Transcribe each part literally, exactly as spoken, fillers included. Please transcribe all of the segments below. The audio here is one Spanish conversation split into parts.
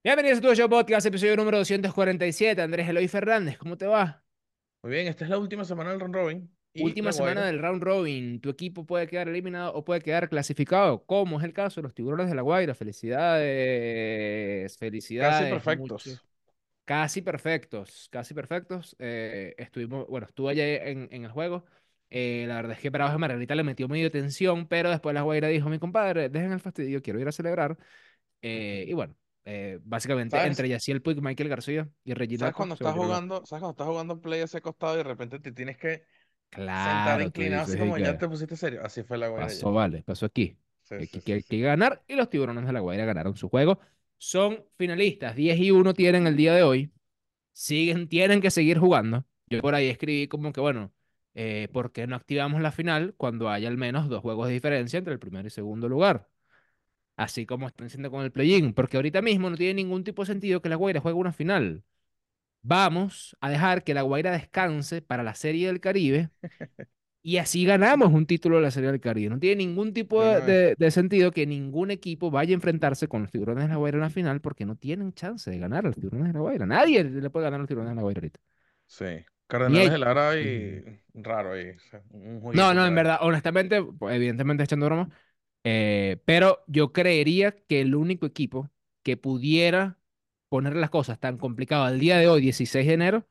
Bienvenidos a tu show podcast, episodio número doscientos cuarenta y siete. Andrés Eloy Fernández, ¿cómo te va? Muy bien, esta es la última semana del round robin y La Última semana Guaira. del round robin. Tu equipo puede quedar eliminado o puede quedar clasificado, como es el caso de los Tiburones de La Guaira. Felicidades, Casi felicidades, mucho. perfectos. Casi perfectos, casi perfectos. Eh, estuvimos, bueno, estuve allá en, en el juego. Eh, la verdad es que Bravos de Margarita le metió medio tensión, pero después La Guaira dijo, mi compadre, dejen el fastidio, quiero ir a celebrar. Eh, y bueno, eh, básicamente entre ¿Sabes? Yaciel Puig, Michael García y ¿Sabes Reginato cuando se estás volvieron locos. jugando? ¿Sabes cuando estás jugando play ese costado y de repente te tienes que sentar Claro, tú inclinado dices, así ¿y como ya qué? te pusiste serio? Así fue La Guaira ayer. Pasó, vale, pasó aquí. Sí, Aquí sí, que sí, hay sí. que ganar y los Tiburones de La Guaira ganaron su juego. Son finalistas, diez y uno tienen el día de hoy. Siguen, tienen que seguir jugando. Yo por ahí escribí como que, bueno, eh, ¿por qué no activamos la final cuando haya al menos dos juegos de diferencia entre el primero y segundo lugar? Así como están haciendo con el play-in, porque ahorita mismo no tiene ningún tipo de sentido que La Guaira juegue una final. Vamos a dejar que La Guaira descanse para la Serie del Caribe y así ganamos un título de la Serie del Caribe. No tiene ningún tipo De de, una vez. de- de sentido que ningún equipo vaya a enfrentarse con los Tiburones de La Guaira en la final porque no tienen chance de ganar a los Tiburones de La Guaira. Nadie le puede ganar a los Tiburones de La Guaira ahorita. Sí. Ni Cardenales ellos. de Lara Ujú. y raro ahí. O sea, un No, jueguito no, por en ahí. verdad, honestamente, pues, evidentemente echando broma, eh, pero yo creería que el único equipo que pudiera poner las cosas tan complicadas al día de hoy, dieciséis de enero,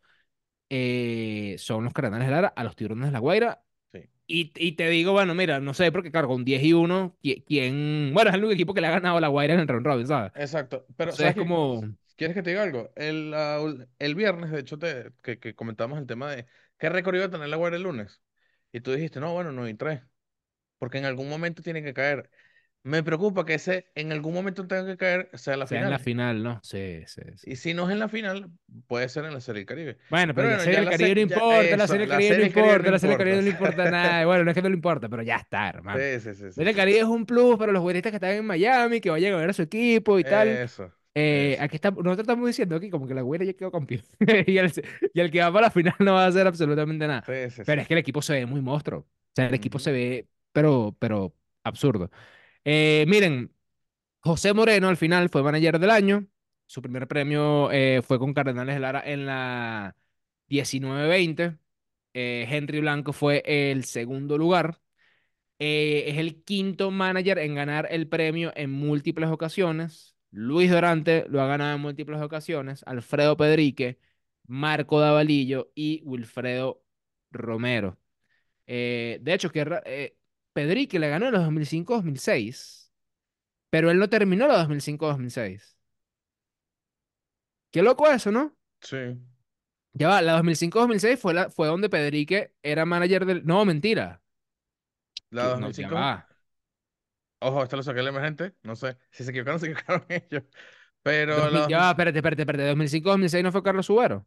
eh, son los Cardenales de Lara a los Tiburones de La Guaira. Sí. Y, y te digo, bueno, mira, no sé, porque claro, con diez y uno, qui- ¿quién? Bueno, es el único equipo que le ha ganado a La Guaira en el round robin, ¿sabes? Exacto. Pero, Entonces ¿sabes es qué? como, ¿Quieres que te diga algo? El, la ul- el viernes, de hecho, te, que, que comentamos el tema de qué récord iba a tener La Guaira el lunes. Y tú dijiste, no, bueno, no y tres. Porque en algún momento tiene que caer. Me preocupa que ese en algún momento tenga que caer sea la sea en la final. final, ¿no? Sí, sí, sí. Y si no es en la final, puede ser en la Serie del Caribe. Bueno, pero Pero ya bueno, Serie ya del la Caribe sé, no ya importa, la eso, Serie del la Caribe no Serie del Caribe no importa, la Serie del Caribe importa. no le importa nada. Bueno, no es que no le importa, pero ya está, hermano. Sí, sí, sí, La sí, Serie del sí. Caribe es un plus para los güeristas que están en Miami, que vayan a ver a su equipo y tal. Eso, Eh, eso. aquí está, nosotros estamos diciendo aquí como que la güera ya quedó campeón. Y el, y el que va para la final no va a hacer absolutamente nada. Sí, sí, Pero sí. es que el equipo se ve muy monstruo. O sea, el equipo Ujú. se ve, pero, pero absurdo. Eh, miren, José Moreno al final fue manager del año. Su primer premio eh, fue con Cardenales de Lara en la diecinueve veinte. Eh, Henry Blanco fue el segundo lugar. Eh, es el quinto manager en ganar el premio en múltiples ocasiones. Luis Dorante lo ha ganado en múltiples ocasiones. Alfredo Pedrique, Marco Davalillo y Wilfredo Romero. Eh, de hecho, que ra- eh, Pedrique le ganó en los dos mil cinco-dos mil seis, pero él no terminó los dos mil cinco-dos mil seis. Qué loco eso, ¿no? Sí. Ya va, la dos mil cinco dos mil seis fue, la, fue donde Pedrique era manager del... No, mentira. La Que, no, ya dos mil cinco, va. ojo, esto lo saqué el emergente. No sé si se equivocaron, se equivocaron ellos. Pero dos la mil ya va, dos mil cinco, espérate, espérate, espérate. dos mil cinco dos mil seis no fue Carlos Subero.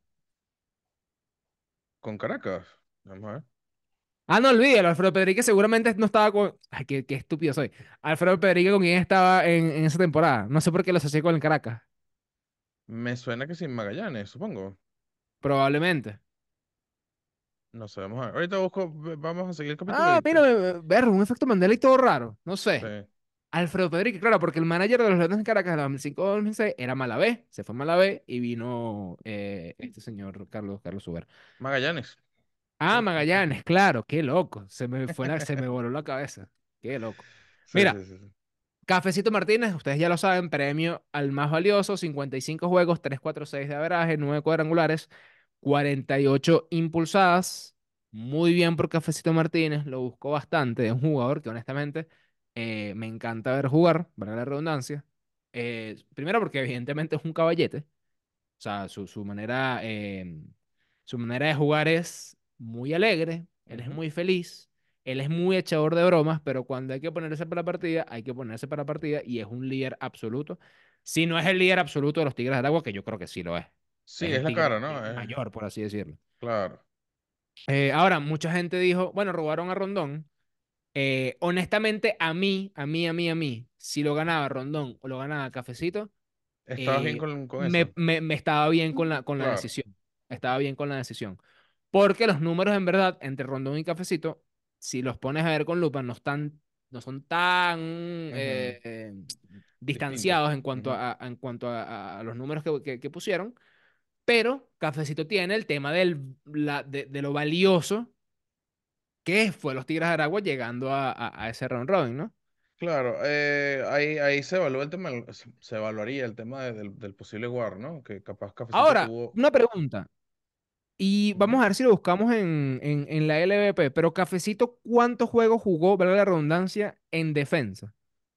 con Caracas. Vamos a ver. Ah, no olvídalo, Alfredo Pedrique seguramente no estaba con... Ay, qué, qué estúpido soy. Alfredo Pedrique con quién estaba en, en esa temporada. No sé por qué lo asocié con el Caracas. Me suena que sin Magallanes, supongo. Probablemente. No sé, vamos a ver. Ahorita busco, v- vamos a seguir el capítulo Ah, y mira, te- eh, ver, un efecto Mandela y todo raro. No sí. sé. Alfredo Pedrique, claro, porque el manager de los Leones de Caracas de dos mil cinco dos mil seis era Malavé. Se fue Malavé y vino eh, este señor Carlos, Carlos Suber. Magallanes. Ah, Magallanes, claro, qué loco. Se me fue la, se me voló la cabeza. Qué loco. Sí, Mira, sí, sí, sí. Cafecito Martínez, ustedes ya lo saben, premio al más valioso, cincuenta y cinco juegos, trescientos cuarenta y seis de averaje, nueve cuadrangulares, cuarenta y ocho impulsadas. Muy bien por Cafecito Martínez, lo buscó bastante. Es un jugador que honestamente eh, me encanta ver jugar, valga la redundancia. Eh, primero porque evidentemente es un caballete. O sea, su, su manera, eh, su manera de jugar es muy alegre, él es Ujú. muy feliz, él es muy echador de bromas, pero cuando hay que ponerse para la partida, hay que ponerse para la partida y es un líder absoluto. Si no es el líder absoluto de los Tigres de Aragua, que yo creo que sí lo es. Sí, Es es el la tigre cara, ¿no? eh, Eh, mayor, por así decirlo. claro. Eh, ahora, mucha gente dijo, bueno, robaron a Rondón. Eh, honestamente, a mí, a mí, a mí, a mí, si lo ganaba Rondón o lo ganaba Cafecito, ¿Estabas bien eh, con, con me, eso? me- me estaba bien con la, con la Claro. decisión. Estaba bien con la decisión. Porque los números, en verdad, entre Rondón y Cafecito, si los pones a ver con lupa, no están, no son tan Ujú. eh, eh, Distinto. distanciados en cuanto Ujú. a, a- en cuanto a, a los números que, que- que pusieron, pero Cafecito tiene el tema del, la- de, de lo valioso que fue los Tigres de Aragua llegando a, a- a ese round robin, ¿no? Claro, eh, ahí, ahí se evalúa el tema, se, se evaluaría el tema de- del, del posible war, ¿no? Que capaz Cafecito Ahora, tuvo. una pregunta, y Ujú. vamos a ver si lo buscamos en, en, en la L V P, pero Cafecito, ¿cuántos juegos jugó, valga la redundancia, en defensa?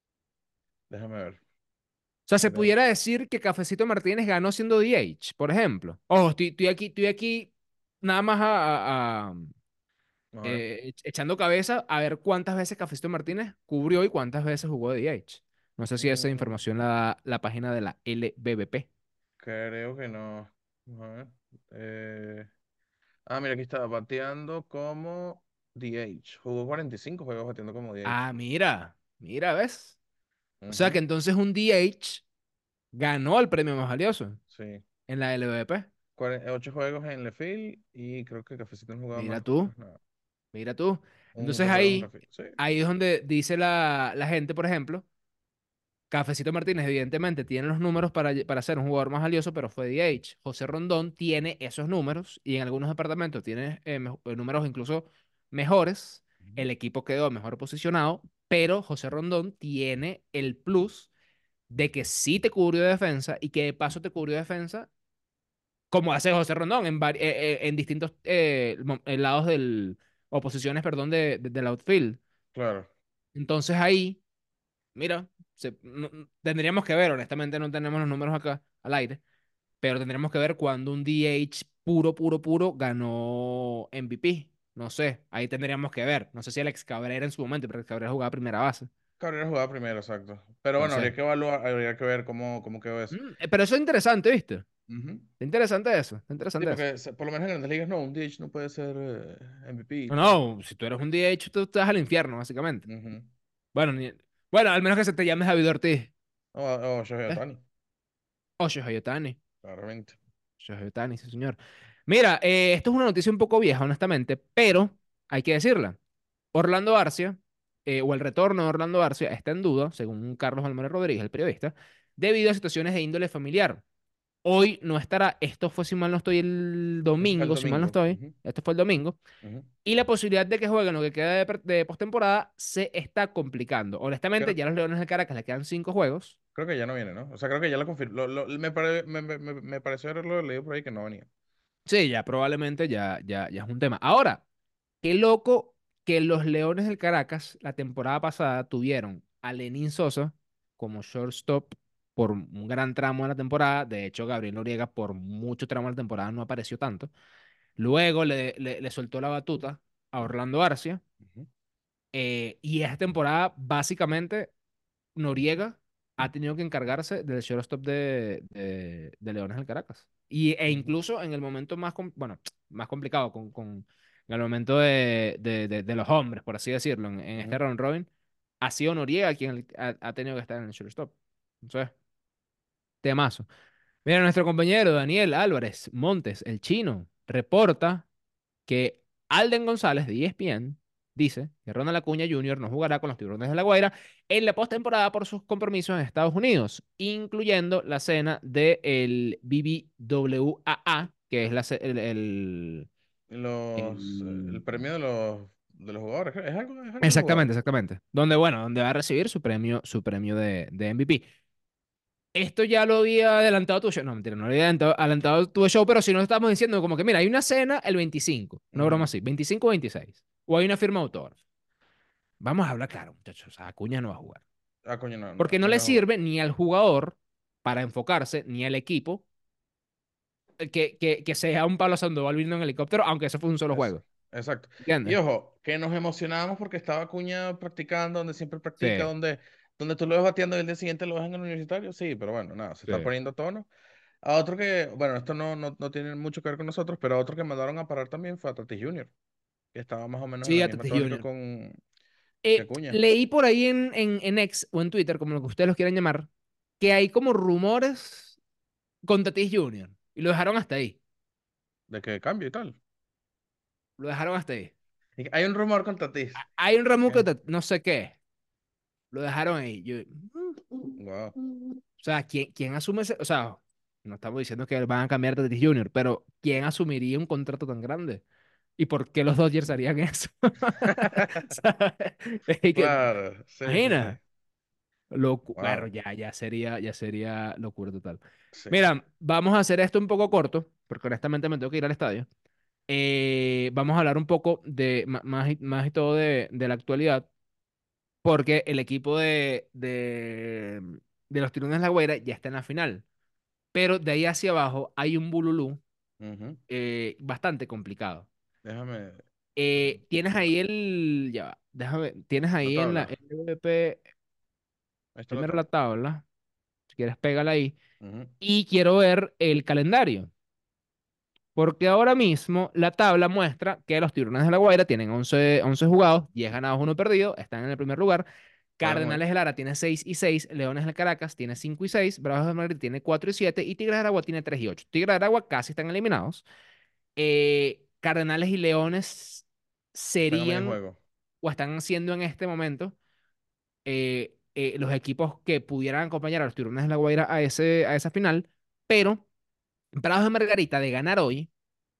Déjame ver. O sea, se Creo. pudiera decir que Cafecito Martínez ganó siendo D H, por ejemplo. Ojo, estoy, estoy aquí, estoy aquí nada más a, a- a, A ver. eh, ech- echando cabeza a ver cuántas veces Cafecito Martínez cubrió y cuántas veces jugó de D H. No sé si esa Mm, información la da la página de la L V B P. creo que no. A ver. Eh, ah, mira, aquí está bateando como D H. Jugó cuarenta y cinco juegos bateando como D H. Ah, mira, mira, ¿ves? O sea que Ujú. entonces un D H ganó el premio más valioso Sí. en la L V B P. Cuare- ocho juegos en Lefield y creo que Cafecito no jugaba Mira más, tú, más nada. mira tú. Entonces once juegos en ahí, Lefield. Sí. ahí es donde dice la, la gente, por ejemplo, Cafecito Martínez evidentemente tiene los números para, para ser un jugador más valioso, pero fue D H. José Rondón tiene esos números y en algunos departamentos tiene eh, mejo- eh, números incluso mejores. Ujú. El equipo quedó mejor posicionado, pero José Rondón tiene el plus de que sí te cubrió defensa y que de paso te cubrió defensa como hace José Rondón en, vari- eh, eh, en distintos eh, mo- eh, lados del, o posiciones, perdón, de, de- del outfield. Claro. Entonces ahí, mira, se- no- no- tendríamos que ver, honestamente no tenemos los números acá al aire, pero tendríamos que ver cuando un D H puro, puro, puro ganó M V P. No sé, ahí tendríamos que ver. No sé si Alex Cabrera en su momento, pero Alex Cabrera jugaba primera base. Cabrera jugaba primero, exacto. Pero No bueno, sé. habría que evaluar, habría que ver cómo, cómo quedó eso. Mm, eh, pero eso es interesante, ¿viste? Ujú. Está interesante eso, está Sí, interesante eso. porque se- por lo menos en Grandes Ligas no, un D H no puede ser eh, M V P y No, tal. no, si tú eres un D H, tú te vas al infierno, básicamente. Ujú. Bueno, ni- bueno, al menos que se te llame David Ortiz. O, o Shohei ¿Eh? Ohtani, O Shohei Ohtani. claramente. Shohei Ohtani, sí, señor. Mira, eh, esto es una noticia un poco vieja, honestamente, pero hay que decirla. Orlando Arcia, eh, o el retorno de Orlando Arcia, está en duda, según Carlos Almario Rodríguez, el periodista, debido a situaciones de índole familiar. Hoy no estará, esto fue, si mal no estoy, el Eso fue el domingo, si mal no domingo. estoy, Ujú, esto fue el domingo, ujú. y la posibilidad de que jueguen lo que queda de, pre- de postemporada se está complicando. Honestamente, Creo, ya a los Leones del Caracas le quedan cinco juegos. creo que ya no viene, ¿no? O sea, creo que ya lo confirmó. Lo, lo- me, pare- me, me, me- me pareció haberlo leído por ahí que no venía. Sí, ya probablemente ya, ya, ya es un tema. Ahora, qué loco que los Leones del Caracas la temporada pasada tuvieron a Lenín Sosa como shortstop por un gran tramo de la temporada. De hecho, Gabriel Noriega por mucho tramo de la temporada no apareció tanto. Luego le, le, le soltó la batuta a Orlando Arcia. Ujú, eh, y esta temporada, básicamente, Noriega ha tenido que encargarse del shortstop de, de, de Leones del Caracas. Y, e ujú, incluso en el momento más, com- bueno, más complicado, con, con en el momento de, de, de- de los hombres, por así decirlo, en, en este ujú. round robin, ha sido Noriega quien ha, ha tenido que estar en el shortstop. Entonces, temazo. Mira, nuestro compañero Daniel Álvarez Montes, el chino, reporta que Alden González de E S P N dice que Ronald Acuña junior no jugará con los Tiburones de La Guaira en la postemporada por sus compromisos en Estados Unidos, incluyendo la cena del B B W A A, que es la, ce- el, el- Los, eh, el- el premio de los, de los jugadores, creo. Es algo, es algo de los Exactamente, jugadores. exactamente. Donde, bueno, donde va a recibir su premio, su premio de, de M V P. Esto ya lo había adelantado tu show. No, mentira, no lo había adelantado, adelantado tu show, pero si no estamos diciendo como que, mira, hay una cena el veinticinco, una broma Ujú. así, veinticinco o veintiséis. O hay una firma de autógrafo. Vamos a hablar claro, muchachos. O sea, Acuña no va a jugar. Ah, coño, no, no, Porque no Acuña le no juega. sirve ni al jugador para enfocarse, ni al equipo, eh, que, que, que sea un Pablo Sandoval viniendo en helicóptero, aunque eso fue un solo Eso, juego. exacto. Y ¿Entiendes? ojo, que nos emocionamos porque estaba Acuña practicando, donde siempre Sí, practica, donde, donde tú lo ves bateando y el día siguiente lo ves en el universitario. Sí, pero bueno, nada, se está sí. poniendo a tono. A otro que, bueno, esto no, no, no tiene mucho que ver con nosotros, pero a otro que mandaron a parar también fue a Tatis junior, que estaba más o menos en Sí, la a misma Tatis tónica junior con que Eh, Acuña. leí por ahí en, en, en X o en Twitter, como lo que ustedes los quieran llamar, que hay como rumores con Tatis junior Y lo dejaron hasta ahí. De que cambio y tal. Lo dejaron hasta ahí. Y hay un rumor con Tatis. Hay un ramo que ¿Qué? Tat- no sé qué. Lo dejaron ahí. Yo, Wow. O sea, ¿quién, quién asume ese? O sea, no estamos diciendo que van a cambiar a Tatis junior, pero ¿quién asumiría un contrato tan grande? ¿Y por qué los Dodgers harían eso? O sea, es que, Claro, sí, sí, sí. imagina, locu- bueno, Wow, ya, ya sería, ya sería locura total. sí. Mira, vamos a hacer esto un poco corto, porque honestamente me tengo que ir al estadio. Eh, vamos a hablar un poco de ma- más, y- más y todo de, de la actualidad, porque el equipo de, de, de los Tiburones de La Guaira ya está en la final. Pero de ahí hacia abajo hay un bululú Ujú. eh, bastante complicado. Déjame Eh, tienes ahí el, ya va, déjame, tienes la ahí en la tabla. L V P, Ahí está la primero la tabla. tabla, si quieres pégala ahí, Ujú. y quiero ver el calendario, porque ahora mismo la tabla muestra que los Tiburones de La Guaira tienen once once jugados, diez ganados, uno perdido, están en el primer lugar. Juegan hoy. Cardenales del Lara tiene seis y seis, Leones del Caracas tiene cinco y seis, Bravos de Madrid tiene cuatro y siete y Tigres de Aragua tiene tres y ocho. Tigres de Aragua casi están eliminados. Eh, Cardenales y Leones Están a medio serían juego. o están siendo en este momento eh, eh, los equipos que pudieran acompañar a los Tiburones de La Guaira a, ese, a esa final, pero Bravos de Margarita de ganar hoy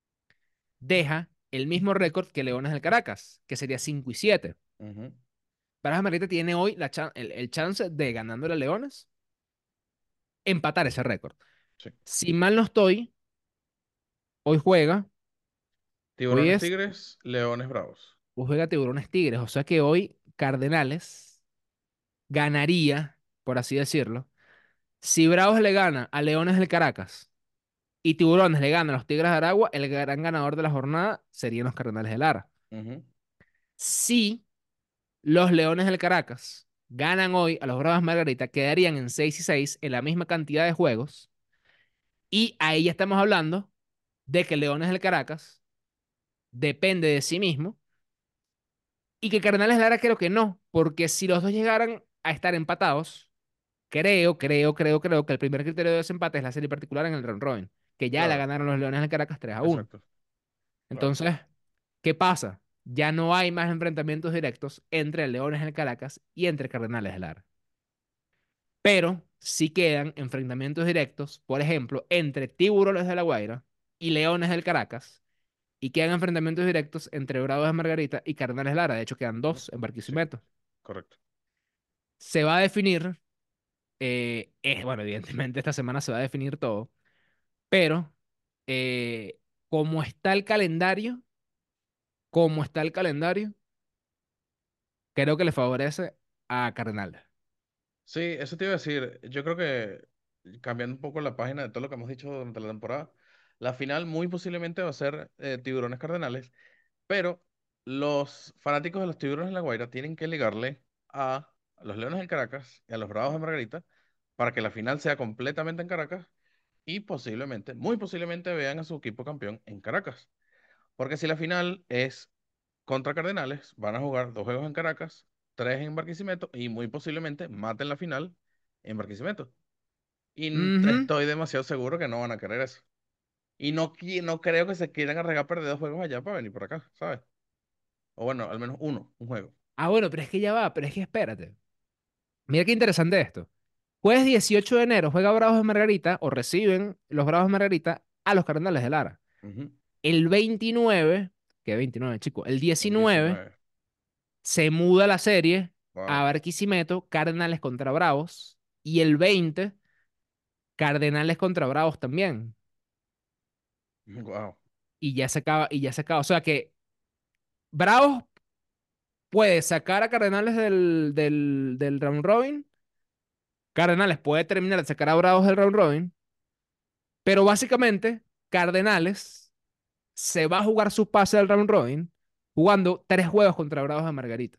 deja el mismo récord que Leones del Caracas, que sería cinco y siete. Ujú. Bravos de Margarita tiene hoy la chan- el, el chance de ganándole a Leones empatar ese récord. Sí. Si mal no estoy, hoy juega, hoy Tiburones es, Tigres, Leones Bravos. hoy juega Tiburones Tigres, o sea que hoy Cardenales ganaría, por así decirlo, si Bravos le gana a Leones del Caracas y Tiburones le gana a los Tigres de Aragua, el gran ganador de la jornada serían los Cardenales de Lara. Ujú. Si los Leones del Caracas ganan hoy a los Bravos Margarita, quedarían en seis y seis en la misma cantidad de juegos. Y ahí ya estamos hablando de que Leones del Caracas depende de sí mismo y que Cardenales de Lara creo que no, porque si los dos llegaran a estar empatados, creo, creo, creo, creo que el primer criterio de desempate es la serie particular en el round robin, que ya la Claro, ganaron los Leones del Caracas tres a uno. exacto. Claro. Entonces, ¿qué pasa? Ya no hay más enfrentamientos directos entre Leones del Caracas y entre Cardenales del Lara. Pero sí quedan enfrentamientos directos, por ejemplo, entre Tiburones de La Guaira y Leones del Caracas, y quedan enfrentamientos directos entre Bravos de Margarita y Cardenales de Lara. De hecho, quedan Ujú. dos en Sí, Barquisimeto. correcto. Se va a definir, eh, eh, bueno, evidentemente esta semana se va a definir todo, pero eh, como está el calendario, como está el calendario, creo que le favorece a Cardenales. Sí, eso te iba a decir. Yo creo que cambiando un poco la página de todo lo que hemos dicho durante la temporada, la final muy posiblemente va a ser eh, Tiburones Cardenales, pero los fanáticos de los Tiburones de La Guaira tienen que ligarle a los Leones del Caracas y a los Bravos de Margarita para que la final sea completamente en Caracas y posiblemente, muy posiblemente vean a su equipo campeón en Caracas. Porque si la final es contra Cardenales, van a jugar dos juegos en Caracas, tres en Barquisimeto y muy posiblemente maten la final en Barquisimeto. Y n- Ujú. estoy demasiado seguro que no van a querer eso. Y no, qui- no creo que se quieran arriesgar a perder dos juegos allá para venir por acá, ¿sabes? O bueno, al menos uno, un juego. Ah, bueno, pero es que ya va, pero es que espérate. Mira qué interesante esto. Jueves dieciocho de enero juega Bravos de Margarita o reciben los Bravos de Margarita a los Cardenales de Lara. Ujú. El veintinueve, ¿qué veintinueve, chico? El El diecinueve diecinueve. se muda la serie a Wow. Barquisimeto, Cardenales contra Bravos. Y el veinte, Cardenales contra Bravos también. Wow. Y ya se acaba, y ya se acaba. O sea que Bravos puede sacar a Cardenales del, del, del round robin. Cardenales puede terminar de sacar a Bravos del round robin. Pero básicamente, Cardenales se va a jugar su pase al round robin jugando tres juegos contra Bravos de Margarita.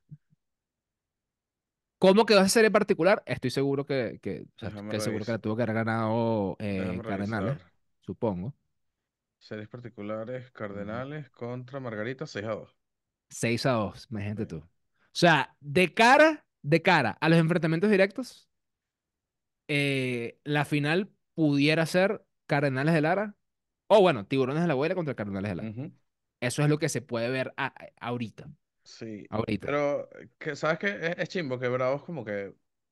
¿Cómo quedó esa serie en particular? Estoy seguro que, que, o sea, Déjame que seguro que la revisar. tuvo que haber ganado eh, Déjame Cardenales, revisar. supongo. Series particulares, Ujú. Cardenales contra Margarita, seis a dos. seis a dos, imagínate Sí. tú. O sea, de cara, de cara a los enfrentamientos directos, eh, la final pudiera ser Cardenales de Lara o bueno, Tiburones de la Guaira contra Cardenales de Lara. Ujú. Eso es lo que se puede ver a- a- ahorita. Sí, Ahorita. pero que, ¿sabes qué? Es, es chimbo que Bravos como que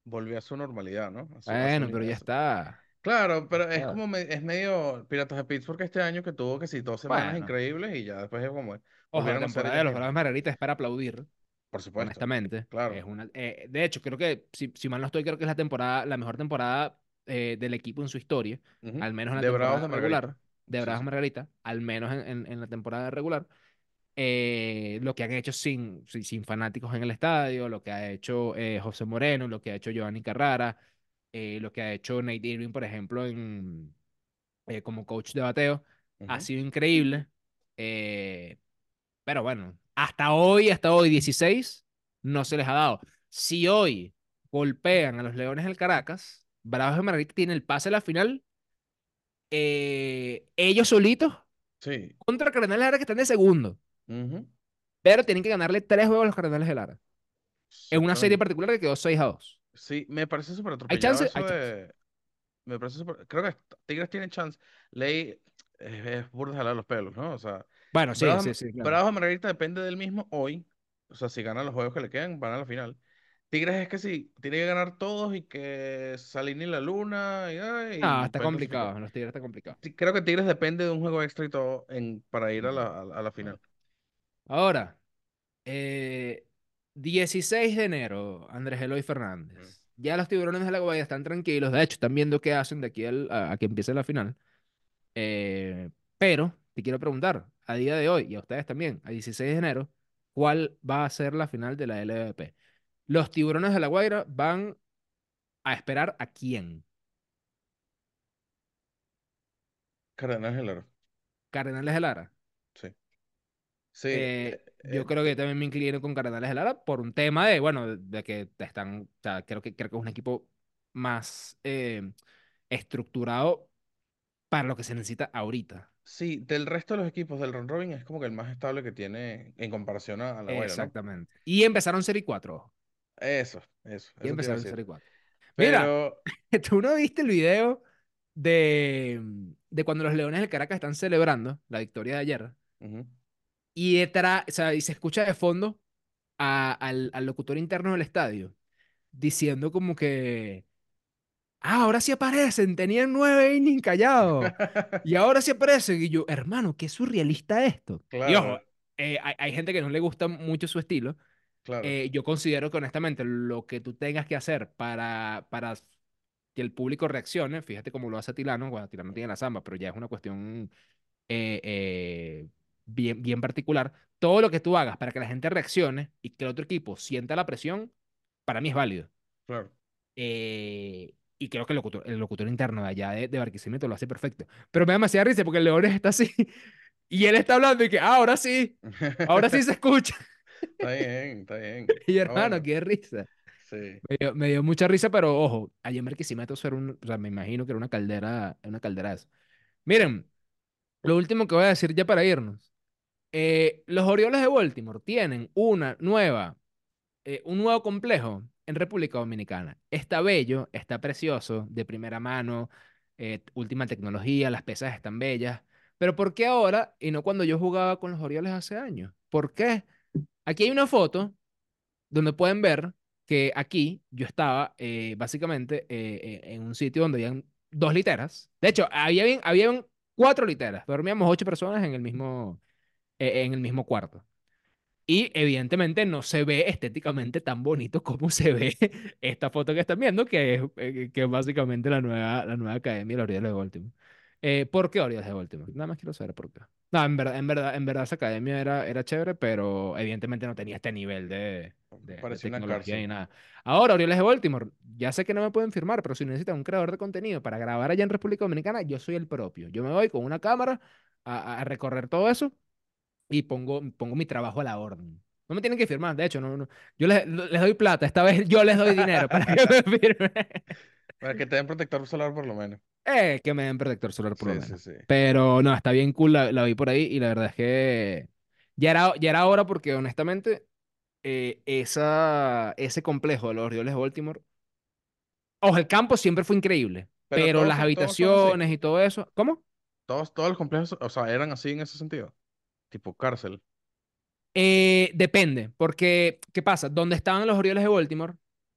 volvió a su normalidad, ¿no? A su, a su, Bueno, ni- pero a ya su- está. Claro, Ya pero es está. como, me- es medio Piratas de Pittsburgh este año que tuvo que sí, dos semanas Bueno, increíbles y ya después es como, ojo, la volvieron a ser temporada ellos de los mismos. Bravos Margaritas es para aplaudir, Por supuesto, honestamente. Es claro. una, eh, de hecho, creo que, si, si mal no estoy, creo que es la temporada, la mejor temporada eh, del equipo en su historia, Ujú. al menos en la De Bravos temporada de Margarita. regular, de Sí, Bravos sí. Margarita, al menos en, en- en la temporada regular. Eh, lo que han hecho sin, sin, sin fanáticos en el estadio, lo que ha hecho eh, José Moreno, lo que ha hecho Giovanni Carrara, eh, lo que ha hecho Nate Irving, por ejemplo, en, eh, como coach de bateo, ha Ujú. sido increíble. Eh, pero bueno, hasta hoy, hasta hoy, dieciséis no se les ha dado. Si hoy golpean a los Leones del Caracas, Bravos de Madrid tiene el pase a la final, eh, ellos solitos Sí, contra Cardenales de Lara que están de segundo, ujú. pero tienen que ganarle tres juegos a los Cardenales de Lara. En una serie Exactamente. particular que quedó seis a dos. Sí, me parece súper ¿Hay atropellado chance? eso Hay chance. de. Me parece súper. Creo que Tigres tiene chance. Ley es, es burda jalar los pelos, ¿no? O sea, Bueno, sí, Bravos, sí, sí, claro. Bravos de Margarita depende del mismo hoy. O sea, si ganan los juegos que le quedan, van a la final. Tigres es que sí, tiene que ganar todos y que Salini la Luna y, ay, No, y está pueden clasificar. complicado. Los Tigres está complicado. Ti- Creo que Tigres depende de un juego extra y todo en, para ir a Mm. la, a, la a la final. Ahora, eh, dieciséis de enero, Andrés Eloy Mm. Fernández. Ya los tiburones de la Guaira están tranquilos. De hecho, están viendo qué hacen de aquí al- a, a que empiece la final. Eh, pero te quiero preguntar, a día de hoy, y a ustedes también, a dieciséis de enero, ¿cuál va a ser la final de la L V P? Los tiburones de la Guaira van a esperar a quién. Cardenal Gelaro. Cardenales de Lara. Sí. Sí. Eh, eh, yo eh, creo que te- también me inclino con Cardenales de Lara por un tema de, bueno, de, de que están, o sea, creo que, creo que es un equipo más eh, estructurado para lo que se necesita ahorita. sí, del resto de los equipos del round robin es como que el más estable que tiene en comparación a, a La Guaira, ¿no? Exactamente. Y empezaron Serie cuatro, ojo. Eso, eso, Y eso te iba a empezaron decir. Serie cuatro. Mira, Pero, ¿tú no viste el video de, de cuando los Leones del Caracas están celebrando la victoria de ayer? ujú. Y, detrás, o sea, y se escucha de fondo a- al, al locutor interno del estadio diciendo como que, ah, ahora sí aparecen, tenían nueve innings callados. Y ahora sí aparecen. Y yo, hermano, qué surrealista esto. Y ojo, Claro, eh, hay, hay gente que no le gusta mucho su estilo. claro, Eh, yo considero que honestamente lo que tú tengas que hacer para, para que el público reaccione, fíjate cómo lo hace Tilano, bueno, Tilano tiene la samba, pero ya es una cuestión eh, eh, bien, bien particular. Todo lo que tú hagas para que la gente reaccione y que el otro equipo sienta la presión, para mí es válido. claro. Eh, y creo que el locutor, el locutor interno de allá de, de Barquisimeto lo hace perfecto. Pero me da demasiada risa porque el Leones está así y él está hablando y que, ah, ahora sí, ahora sí se escucha. Está bien, está bien. Y Está hermano, bueno. qué risa. Sí. Me dio, me dio mucha risa, pero ojo, allá en Barquisimeto eso era un, o sea, me imagino que era una caldera, una caldera de eso. Miren, lo último que voy a decir ya para irnos. Eh, los Orioles de Baltimore tienen una nueva, eh, un nuevo complejo en República Dominicana. Está bello, está precioso, de primera mano, eh, última tecnología, las pesas están bellas. Pero ¿por qué ahora y no cuando yo jugaba con los Orioles hace años? ¿Por qué? Aquí hay una foto donde pueden ver que aquí yo estaba eh, básicamente eh, eh, en un sitio donde habían dos literas. De hecho, había, bien- habían cuatro literas. Dormíamos ocho personas en el mismo, eh, en el mismo cuarto. Y evidentemente no se ve estéticamente tan bonito como se ve esta foto que están viendo, que es, eh, que es básicamente la nueva, la nueva academia de los Orioles de Baltimore. Eh, ¿por qué Orioles de Baltimore? Nada más quiero saber por qué. No, en verdad, en verdad, en verdad esa academia era, era chévere, pero evidentemente no tenía este nivel de, de, de Parecía una tecnología ni cárcel. nada. Ahora, Orioles de Baltimore, ya sé que no me pueden firmar, pero si necesitan un creador de contenido para grabar allá en República Dominicana, yo soy el propio. Yo me voy con una cámara a, a recorrer todo eso y pongo, pongo mi trabajo a la orden. No me tienen que firmar, de hecho, no, no. Yo les, les doy plata, esta vez yo les doy dinero para que me firmen. Para que te den protector solar por lo menos. Eh, que me den protector solar por lo Sí, sí, menos. sí. Pero no, está bien cool, la, la vi por ahí y la verdad es que ya era, ya era hora porque honestamente eh, esa, ese complejo de los Orioles de Baltimore, ojo, el campo siempre fue increíble, Pero pero todos las son, todos son así. habitaciones y todo eso, ¿cómo? Todos, todos los complejos, o sea, eran así en ese sentido. Tipo cárcel. Eh, depende, porque, ¿qué pasa? Donde estaban los Orioles de Baltimore,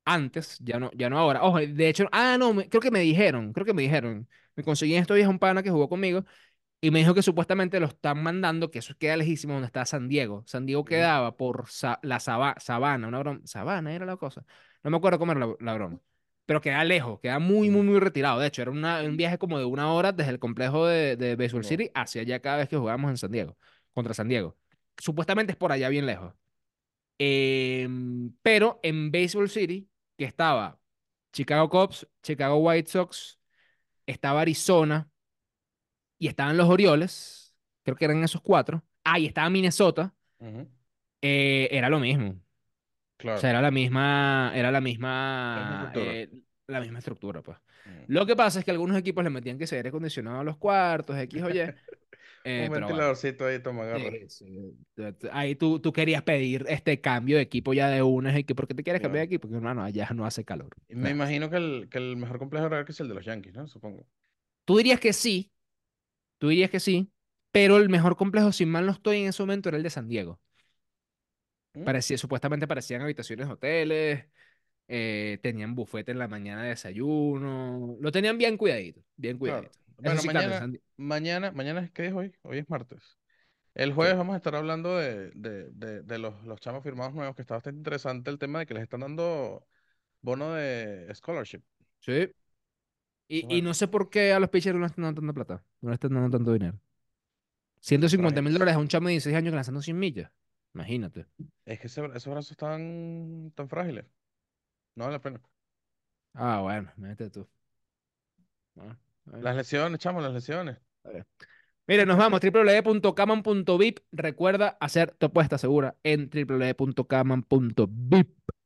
Antes, ya no, ya no ahora. Ojo, de hecho, ah, no, me- creo que me dijeron, creo que me dijeron. Me conseguí en estos días un pana que jugó conmigo y me dijo que supuestamente lo están mandando, que eso queda lejísimo donde está San Diego. San Diego Ujú, quedaba por Sa- la Saba- Sabana, una broma. Sabana era la cosa. No me acuerdo cómo era la, la broma. Pero queda lejos, queda muy, muy, ujú. muy retirado. De hecho, era una- un viaje como de una hora desde el complejo de, de Baseball No. City hacia allá cada vez que jugábamos en San Diego, contra San Diego. Supuestamente es por allá bien lejos. Em, pero en Baseball City, que estaba Chicago Cubs, Chicago White Sox, estaba Arizona y estaban los Orioles, creo que eran esos cuatro. Ah, y estaba Minnesota, Ujú, eh, era lo mismo. O sea, claro, era la misma, era la la misma misma, estructura. eh, la misma estructura, pues. Mm. Lo que pasa es que algunos equipos le metían que se aire acondicionado a los cuartos, X o Y, Un eh, pero bueno. ventiladorcito ahí, toma, agarra. Sí, sí. Tú- tú- Ahí tú, tú querías pedir este cambio de equipo ya de una, y que ¿por qué te quieres cambiar de Claro. equipo? Porque hermano, allá no hace calor. Y No me es así. imagino que el, que el mejor complejo era que es el de los Yankees, ¿no? Supongo. Tú dirías que sí, tú dirías que sí, pero el mejor complejo, si mal no estoy en ese momento, era el de San Diego. ¿Mm? Parecía, supuestamente parecían habitaciones de hoteles, eh, tenían bufete en la mañana de desayuno, lo tenían bien cuidadito, bien Claro. cuidadito. Eso Bueno, sí, claro, en mañana, San Diego. mañana, mañana es ¿qué es hoy? Hoy es martes. El Sí. jueves vamos a estar hablando de, de, de, de los, los chamos firmados nuevos, que está bastante interesante el tema de que les están dando bono de scholarship. Sí. Entonces, Y, y bueno, no sé por qué a los pitchers no les están dando tanta plata, no les están dando tanto dinero. ciento están cincuenta mil frágiles. dólares a un chamo de dieciséis años lanzando cien millas. Imagínate. Es que ese- esos brazos están tan frágiles. No vale la pena. Ah, bueno, métete tú. Ah, está bien, Las lesiones, chamo, las lesiones. está bien. Mire, nos vamos, w w w punto caman punto vip. Recuerda hacer tu apuesta segura en w w w punto caman punto vip.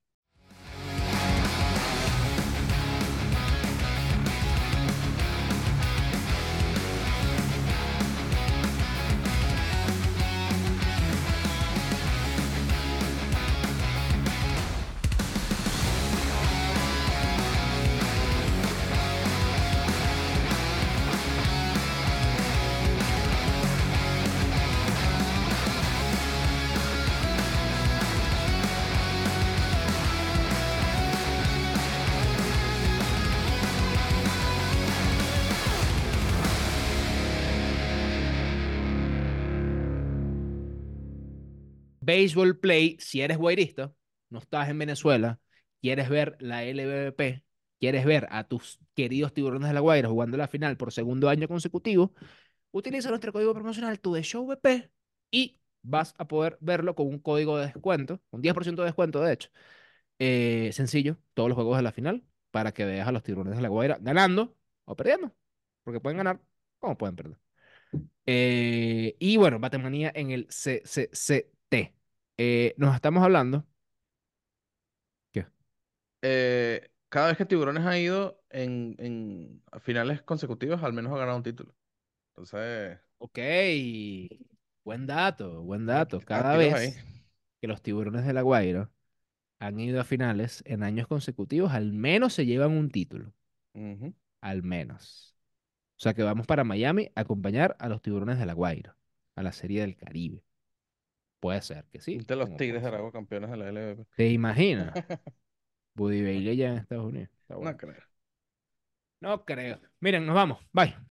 Baseball Play, si eres guairista, no estás en Venezuela, quieres ver la L B B P, quieres ver a tus queridos Tiburones de la Guaira jugando la final por segundo año consecutivo, utiliza nuestro código promocional tu de Show V P y vas a poder verlo con un código de descuento, un diez por ciento de descuento, de hecho. Eh, sencillo, todos los juegos de la final para que veas a los Tiburones de la Guaira ganando o perdiendo, porque pueden ganar como pueden perder. Eh, y bueno, Batemanía en el C C C T. Eh, nos estamos hablando. ¿Qué? Eh, cada vez que Tiburones ha ido en, en finales consecutivas, al menos ha ganado un título. Entonces, Ok, buen dato, buen dato. aquí- Cada activos ahí. vez que los Tiburones de la Guaira han ido a finales en años consecutivos, al menos se llevan un título. Ujú. Al menos. O sea que vamos para Miami a acompañar a los Tiburones de la Guaira, a la Serie del Caribe. Puede ser que sí, De los como Tigres puede de ser. Aragua, campeones de la L B P. ¿Te imaginas? Buddy No, Bailey ya en Estados Unidos. Está no bueno. creo. No creo. Miren, nos vamos. Bye.